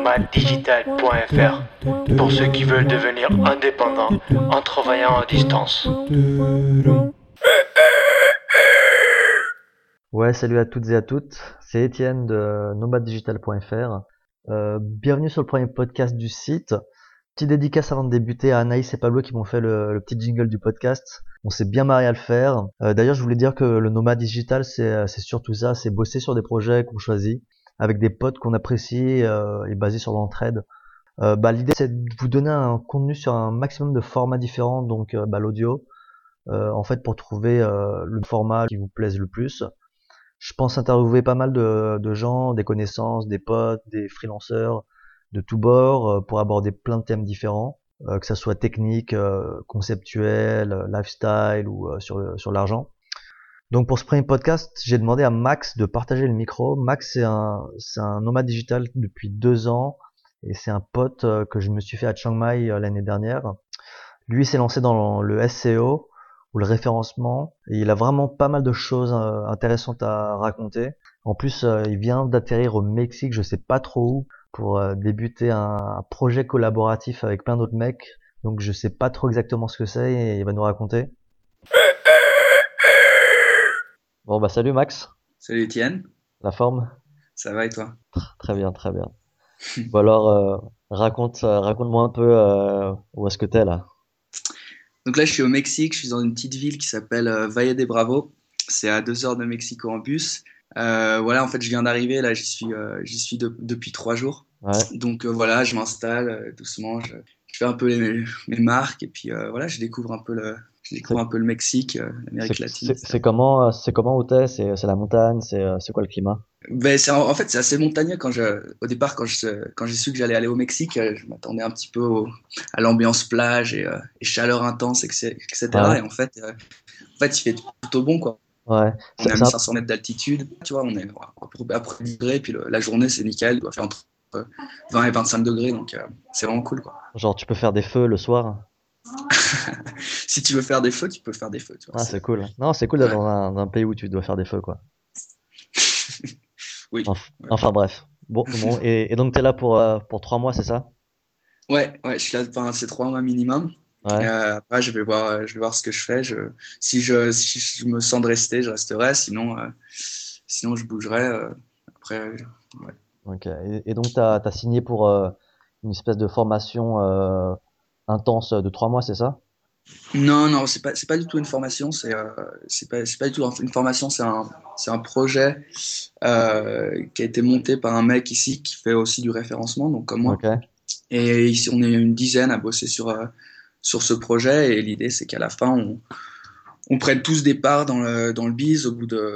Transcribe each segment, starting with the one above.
nomaddigital.fr pour ceux qui veulent devenir indépendants en travaillant à distance. Ouais, salut à toutes et à toutes, c'est Étienne de nomaddigital.fr. Bienvenue sur le premier podcast du site. Petite dédicace avant de débuter à Anaïs et Pablo qui m'ont fait le petit jingle du podcast. On s'est bien marré à le faire. D'ailleurs, je voulais dire que le nomad digital, c'est surtout ça, c'est bosser sur des projets qu'on choisit avec des potes qu'on apprécie et basés sur l'entraide. L'idée, c'est de vous donner un contenu sur un maximum de formats différents, donc l'audio, en fait, pour trouver le format qui vous plaise le plus. Je pense interviewer pas mal de gens, des connaissances, des potes, des freelanceurs de tous bords pour aborder plein de thèmes différents, que ça soit technique, conceptuel, lifestyle ou sur l'argent. Donc pour ce premier podcast, j'ai demandé à Max de partager le micro. Max, c'est un nomade digital depuis 2 ans et c'est un pote que je me suis fait à Chiang Mai l'année dernière. Lui s'est lancé dans le SEO ou le référencement et il a vraiment pas mal de choses intéressantes à raconter. En plus, il vient d'atterrir au Mexique, je sais pas trop où, pour débuter un projet collaboratif avec plein d'autres mecs. Donc je sais pas trop exactement ce que c'est et il va nous raconter. Bon bah salut Max, Salut Étienne, la forme? ça va et toi? Très bien, très bien. Bon alors raconte-moi un peu où est-ce que t'es là? Donc là je suis au Mexique, je suis dans une petite ville qui s'appelle Valle de Bravo. C'est à 2 heures de Mexico en bus. Voilà, en fait je viens d'arriver, là j'y suis depuis 3 jours. Ouais. Donc voilà, je m'installe doucement, je fais un peu mes marques et puis voilà, je découvre un peu le Mexique, l'Amérique latine, etc. C'est comment où t'es? C'est la montagne, c'est quoi le climat? Ben, en fait, c'est assez montagneux. Au départ, quand j'ai su que j'allais aller au Mexique, je m'attendais un petit peu à l'ambiance plage et chaleur intense, etc. Ouais, Et en fait, il fait plutôt bon, quoi. ouais. On est à 1500 mètres d'altitude, tu vois, on est à peu près 10 degrés, puis la journée, c'est nickel, il doit faire entre 20 et 25 degrés, donc c'est vraiment cool, quoi. Genre tu peux faire des feux le soir? Si tu veux faire des feux, tu peux faire des feux, tu vois. Ah c'est cool. Non, c'est cool d'être Ouais. dans un pays où tu dois faire des feux quoi. Oui. Enfin bref. Bon et donc t'es là pour 3 mois, c'est ça? Ouais, je suis là pendant ces 3 mois minimum. Ouais. Après, je vais voir ce que je fais. Si je me sens de rester, je resterai. Sinon, je bougerai. Après, ouais. Ok. Et donc t'as signé pour une espèce de formation intense de 3 mois, c'est ça? Non, non, c'est pas du tout une formation. C'est pas du tout une formation. C'est un projet qui a été monté par un mec ici qui fait aussi du référencement, donc comme moi. Ok. Et ici, on est une dizaine à bosser sur ce projet. Et l'idée, c'est qu'à la fin, on prenne tous des parts dans le biz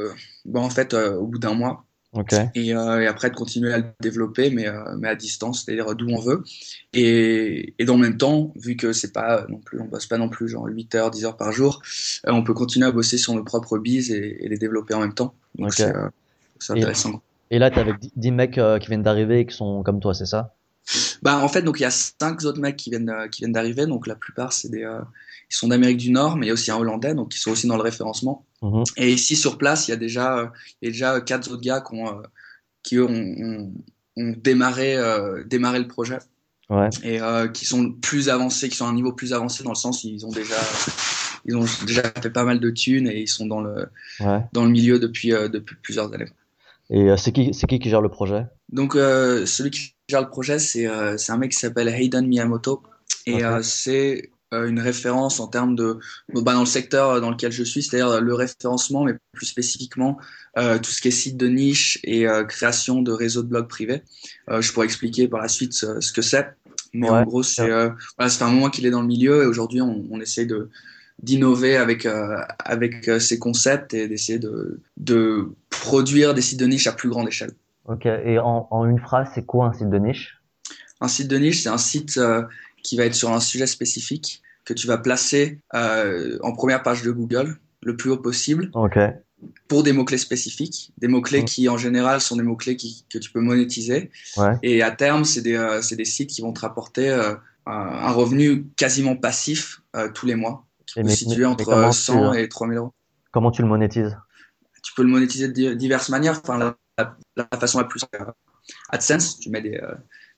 au bout d'un mois. Ok. Et après de continuer à le développer, mais à distance, c'est-à-dire d'où on veut. Et dans le même temps, vu que c'est pas non plus, on bosse pas non plus genre 8 heures, 10 heures par jour, on peut continuer à bosser sur nos propres bises et les développer en même temps. Donc Ok. c'est Et, intéressant. et là t'es avec 10 mecs qui viennent d'arriver et qui sont comme toi, c'est ça? Bah, en fait, donc il y a 5 autres mecs qui viennent d'arriver. Donc la plupart, ils sont d'Amérique du Nord, mais il y a aussi un Hollandais, donc ils sont aussi dans le référencement. Mhm. Et ici sur place, il y a déjà 4 autres gars qui eux, ont démarré le projet Ouais. et qui sont plus avancés, qui sont à un niveau plus avancé dans le sens où ils ont déjà fait pas mal de thunes et ils sont dans le Ouais. dans le milieu depuis plusieurs années. Et c'est qui gère le projet? Donc celui qui gère le projet, c'est un mec qui s'appelle Hayden Miyamoto et Ok. c'est une référence en termes dans le secteur dans lequel je suis, c'est-à-dire le référencement, mais plus spécifiquement tout ce qui est site de niche et création de réseaux de blogs privés. Je pourrais expliquer par la suite ce que c'est, mais en Ouais. gros, voilà, ça fait un moment qu'il est dans le milieu et aujourd'hui, on essaie d'innover avec ces concepts et d'essayer de produire des sites de niche à plus grande échelle. Ok. Et en une phrase, c'est quoi un site de niche? Un site de niche, c'est un site qui va être sur un sujet spécifique que tu vas placer en première page de Google le plus haut possible Ok. pour des mots-clés spécifiques, des mots-clés Mm. qui en général sont des mots-clés que tu peux monétiser. Ouais. Et à terme, c'est des sites qui vont te rapporter un revenu quasiment passif tous les mois, qui Et peut se situer mais entre 100 et 3000 euros. comment tu le monétises? Tu peux le monétiser de diverses manières. Enfin, la façon la plus AdSense,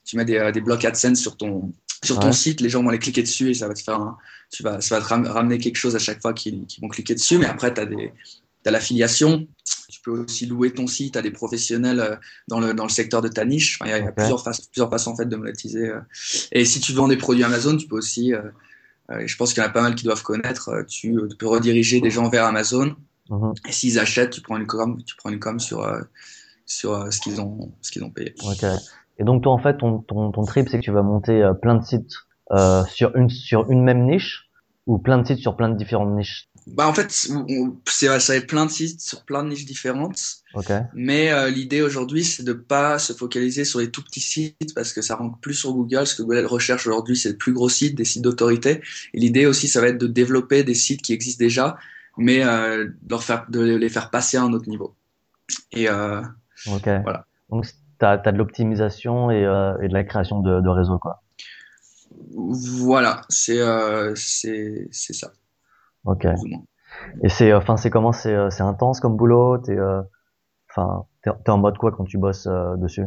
tu mets des blocs AdSense sur ton site, les gens vont aller cliquer dessus et ça va te faire ça va te ramener quelque chose à chaque fois qu'ils vont cliquer dessus. Mais après, t'as l'affiliation. Tu peux aussi louer ton site à des professionnels dans le secteur de ta niche. Enfin, il y a plusieurs façons en fait de monétiser. Et si tu vends des produits Amazon, tu peux aussi, je pense qu'il y en a pas mal qui doivent connaître, tu peux rediriger des gens vers Amazon. Et s'ils achètent, tu prends une com sur ce qu'ils ont payé. Ok. Et donc toi en fait ton trip c'est que tu vas monter plein de sites sur une même niche ou plein de sites sur plein de différentes niches. Bah en fait ça va être plein de sites sur plein de niches différentes. Ok. Mais l'idée aujourd'hui c'est de pas se focaliser sur les tout petits sites parce que ça rank plus sur Google. Ce que Google recherche aujourd'hui c'est les plus gros sites, des sites d'autorité. Et l'idée aussi ça va être de développer des sites qui existent déjà, mais de les faire passer à un autre niveau. Et Ok. voilà. Donc t'as de l'optimisation et de la création de réseaux quoi. Voilà, c'est ça. Ok. Plus ou moins. Et c'est comment c'est intense comme boulot, t'es en mode quoi quand tu bosses dessus?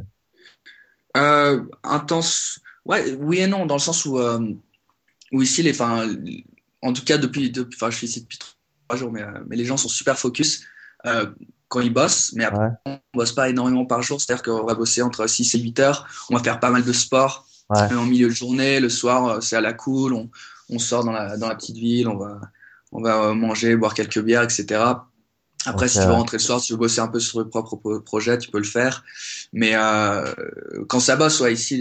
Intense, ouais, oui et non, dans le sens où ici, en tout cas enfin, je suis ici depuis 3 jours, mais les gens sont super focus quand ils bossent, mais après, Ouais. on bosse pas énormément par jour, c'est-à-dire qu'on va bosser entre 6 et 8 heures, on va faire pas mal de sport Ouais. en milieu de journée, le soir, c'est à la cool, on sort dans la petite ville, on va manger, boire quelques bières, etc. Après, Donc si tu veux rentrer le soir, si tu veux bosser un peu sur le propre projet, tu peux le faire. Mais quand ça bosse, ouais, ici,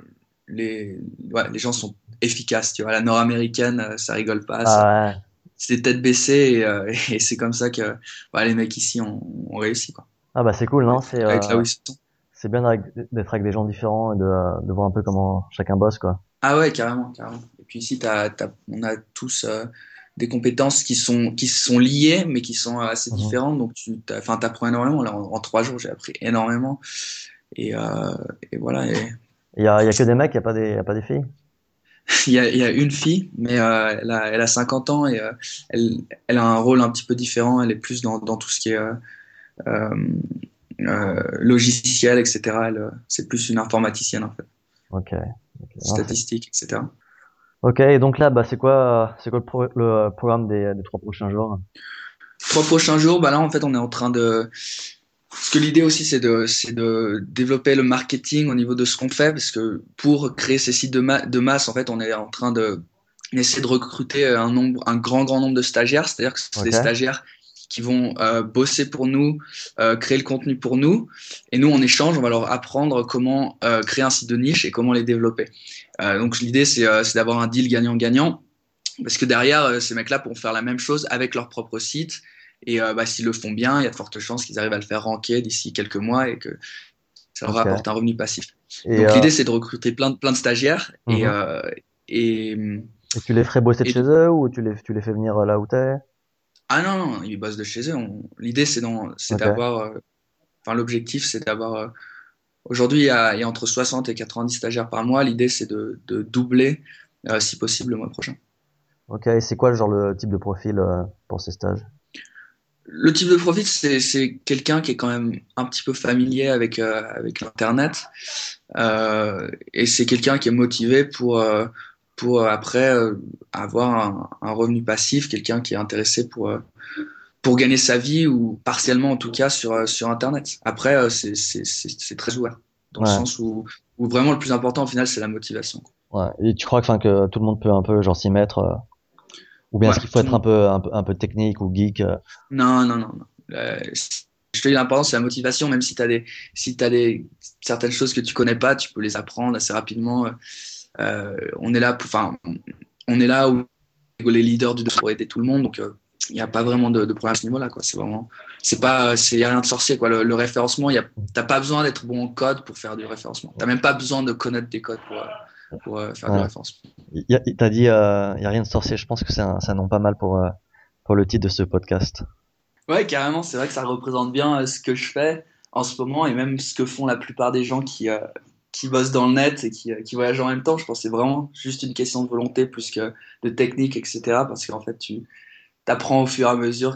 les gens sont efficaces. Tu vois, la nord-américaine, ça rigole pas. ah ouais. C'est tête baissée et c'est comme ça que les mecs ici ont réussi, quoi. Ah bah c'est cool non, Avec là où ils sont. c'est bien d'être avec des gens différents et de voir un peu comment chacun bosse quoi. Ah ouais, carrément, carrément. Et puis ici, on a tous des compétences qui sont liées, mais qui sont assez Mhm. différentes. Donc, t'apprends énormément. Là, en 3 jours, j'ai appris énormément. Et, euh, et voilà. Et Il y a que des mecs, y a pas des filles? il y a une fille, mais elle a 50 ans et elle a un rôle un petit peu différent. Elle est plus dans tout ce qui est euh, logiciel, etc. C'est plus une informaticienne, en fait. Ok. Non, Statistique, etc. ok, et donc là, bah, c'est quoi le programme des 3 prochains jours? 3 prochains jours, bah là, en fait, on est en train de. Parce que l'idée aussi, c'est de développer le marketing au niveau de ce qu'on fait, parce que pour créer ces sites de masse, en fait, on est en train d'essayer de recruter un grand nombre de stagiaires, c'est-à-dire que c'est des Ok. stagiaires qui vont bosser pour nous, créer le contenu pour nous, et nous, en échange, on va leur apprendre comment créer un site de niche et comment les développer. Donc l'idée, c'est d'avoir un deal gagnant-gagnant, parce que derrière, ces mecs-là pourront faire la même chose avec leur propre site. Et s'ils le font bien, il y a de fortes chances qu'ils arrivent à le faire ranker d'ici quelques mois et que ça leur Ok. rapporte un revenu passif. Et, Donc l'idée, c'est de recruter plein de stagiaires mhm. et, Et tu les ferais bosser de et chez eux ou tu les fais venir là où t'es? ah non, non, ils bossent de chez eux. L'idée, c'est Ok. d'avoir, enfin l'objectif, c'est d'avoir. Aujourd'hui, il y a entre 60 et 90 stagiaires par mois. L'idée, c'est de doubler, si possible, le mois prochain. Ok. Et c'est quoi le type de profil pour ces stages? Le type de profil, c'est quelqu'un qui est quand même un petit peu familier avec l'Internet. Et c'est quelqu'un qui est motivé pour après avoir un revenu passif, quelqu'un qui est intéressé pour gagner sa vie ou partiellement en tout cas sur Internet. Après, c'est très ouvert, dans le Ouais. sens où vraiment le plus important au final, c'est la motivation. Ouais. Et tu crois que tout le monde peut un peu genre s'y mettre ou bien Ouais, est-ce qu'il faut tout le être monde. un peu technique ou geek Non, non, non, non. Je te dis l'important, c'est la motivation, même si t'as certaines choses que tu connais pas, tu peux les apprendre assez rapidement. On est là on est là où les leaders du pour aider tout le monde, donc il n'y a pas vraiment de problème à ce niveau-là, quoi. Y a rien de sorcier, quoi. Le référencement, t'as pas besoin d'être bon en code pour faire du référencement. T'as même pas besoin de connaître des codes pour faire du Ouais. référencement. T'as dit y a rien de sorcier. Je pense que c'est un nom pas mal pour le titre de ce podcast. Ouais, carrément, c'est vrai que ça représente bien ce que je fais en ce moment et même ce que font la plupart des gens qui bossent dans le net et qui voyagent en même temps. Je pense que c'est vraiment juste une question de volonté plus que de technique, etc. Parce qu'en fait, tu apprends au fur et à mesure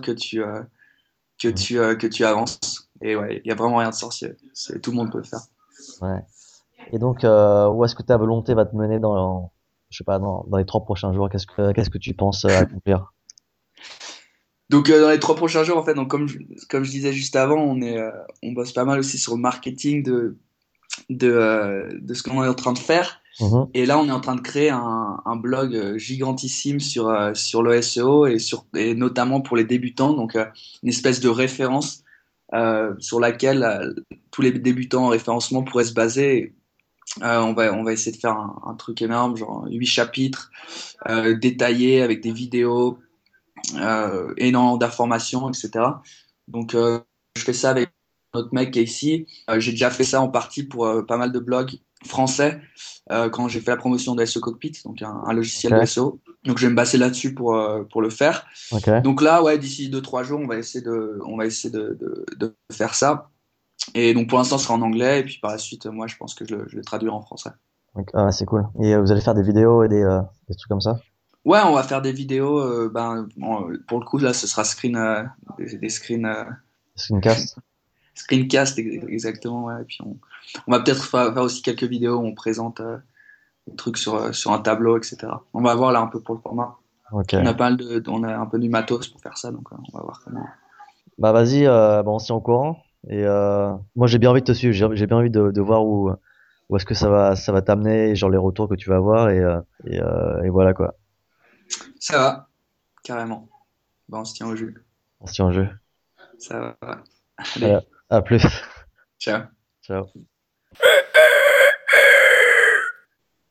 que tu avances. Et ouais, il y a vraiment rien de sorcier. Tout le monde peut le faire. Ouais. Et donc, où est-ce que ta volonté va te mener dans, je sais pas, dans les 3 prochains jours? Qu'est-ce que tu penses accomplir? Donc dans les 3 prochains jours, en fait, donc comme je disais juste avant, on bosse pas mal aussi sur le marketing de ce qu'on est en train de faire. Mhm. Et là, on est en train de créer un blog gigantissime sur le SEO et notamment pour les débutants, donc une espèce de référence sur laquelle tous les débutants en référencement pourraient se baser. On va essayer de faire un truc énorme, genre 8 chapitres détaillés avec des vidéos, énormément d'informations, etc. Donc, je fais ça avec notre mec qui est ici. J'ai déjà fait ça en partie pour pas mal de blogs français quand j'ai fait la promotion de SEO Cockpit, donc un logiciel de Ok, SEO. Donc, je vais me baser là-dessus pour le faire. ok. Donc là, ouais, d'ici 2-3 jours, on va essayer de faire ça. Et donc, pour l'instant, ce sera en anglais. Et puis, par la suite, moi, je pense que je le traduirai en français. Ah, c'est cool. Et vous allez faire des vidéos et des trucs comme ça? Ouais, on va faire des vidéos. Pour le coup, là, ce sera des screens. Screencast? Screencast, exactement, ouais. Et puis on va peut-être faire aussi quelques vidéos où on présente des trucs sur un tableau, etc. On va voir là un peu pour le format. Ok. On a pas mal on a un peu du matos pour faire ça, donc on va voir comment. Bah vas-y, bon, on se tient au courant. Et moi j'ai bien envie de te suivre, j'ai bien envie de voir où est-ce que ça va t'amener, genre les retours que tu vas avoir et voilà quoi. Ça va, carrément. Bon, on se tient au jus. On se tient en jeu. Ça va. Allez, Allez, à plus. ciao. Ciao.